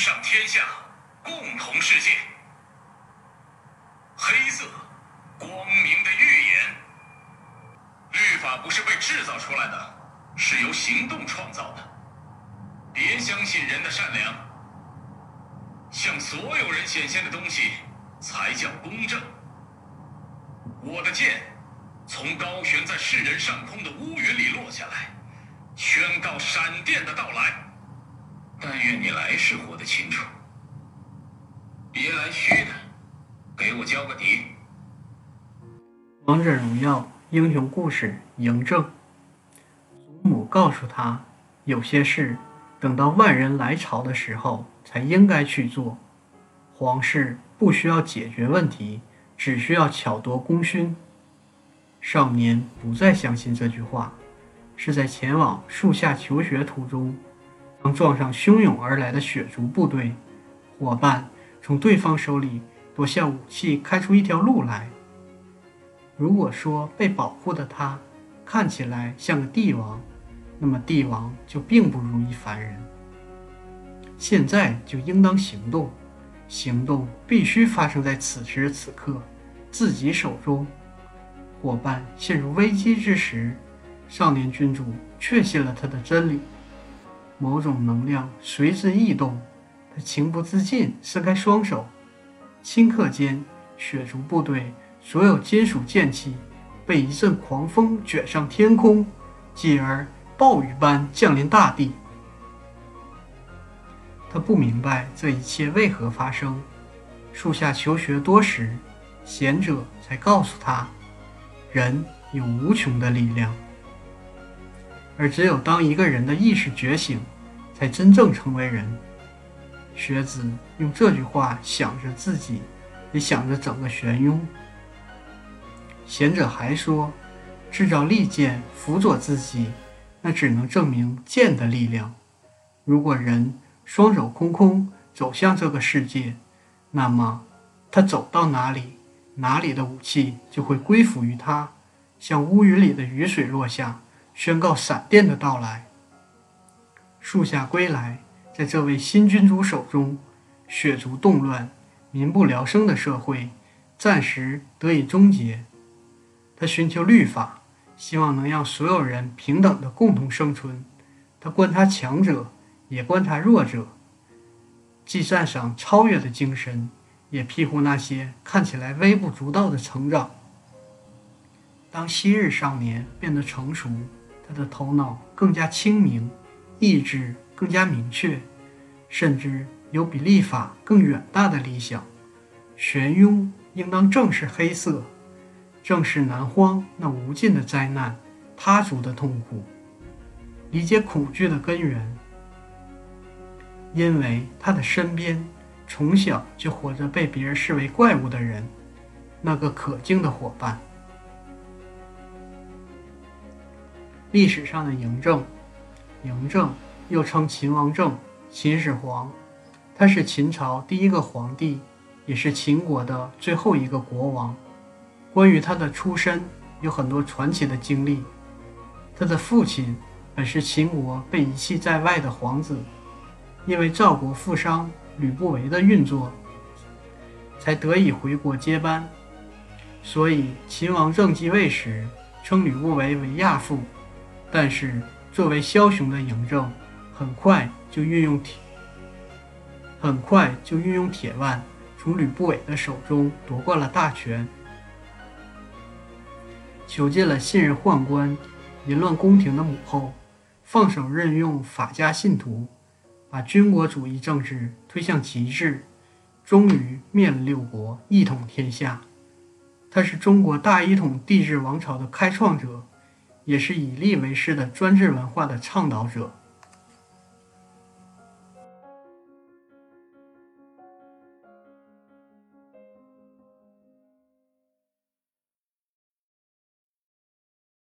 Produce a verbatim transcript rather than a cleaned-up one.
上天下，共同世界。黑色，光明的预言。律法不是被制造出来的，是由行动创造的。别相信人的善良，向所有人显现的东西才叫公正。我的剑从高悬在世人上空的乌云里落下来，宣告闪电的到来。但愿你来世活得清楚，别来虚的，给我交个底。 王者荣耀英雄故事嬴政。祖母告诉他，有些事等到万人来朝的时候才应该去做。皇室不需要解决问题，只需要巧夺功勋。少年不再相信这句话，是在前往树下求学途中，当撞上汹涌而来的血族部队，伙伴从对方手里夺下武器，开出一条路来。如果说被保护的他看起来像个帝王，那么帝王就并不如一凡人。现在就应当行动，行动必须发生在此时此刻，自己手中。伙伴陷入危机之时，少年君主确信了他的真理，某种能量随之异动，他情不自禁伸开双手，顷刻间，血族部队所有金属剑气被一阵狂风卷上天空，继而暴雨般降临大地。他不明白这一切为何发生，树下求学多时，贤者才告诉他，人有无穷的力量，而只有当一个人的意识觉醒，才真正成为人。学子用这句话想着自己，也想着整个玄雍。贤者还说，制造利剑辅佐自己，那只能证明剑的力量。如果人双手空空走向这个世界，那么他走到哪里，哪里的武器就会归附于他，像乌云里的雨水落下，宣告闪电的到来。树下归来，在这位新君主手中，血族动乱、民不聊生的社会暂时得以终结。他寻求律法，希望能让所有人平等的共同生存。他观察强者，也观察弱者，既赞赏超越的精神，也庇护那些看起来微不足道的成长。当昔日少年变得成熟，他的头脑更加清明，意志更加明确，甚至有比立法更远大的理想。玄雍应当正是黑色，正是南荒那无尽的灾难，他族的痛苦，理解恐惧的根源。因为他的身边从小就活着被别人视为怪物的人，那个可敬的伙伴。历史上的嬴政，嬴政又称秦王政、秦始皇，他是秦朝第一个皇帝，也是秦国的最后一个国王。关于他的出身有很多传奇的经历。他的父亲本是秦国被遗弃在外的皇子，因为赵国富商吕不韦的运作，才得以回国接班。所以秦王政继位时称吕不韦为亚父，但是作为枭雄的嬴政很快就运用铁很快就运用铁腕从吕不韦的手中夺过了大权，囚禁了信任宦官、淫乱宫廷的母后，放手任用法家信徒，把军国主义政治推向极致，终于灭了六国，一统天下。他是中国大一统帝制王朝的开创者，也是以吏为师的专制文化的倡导者。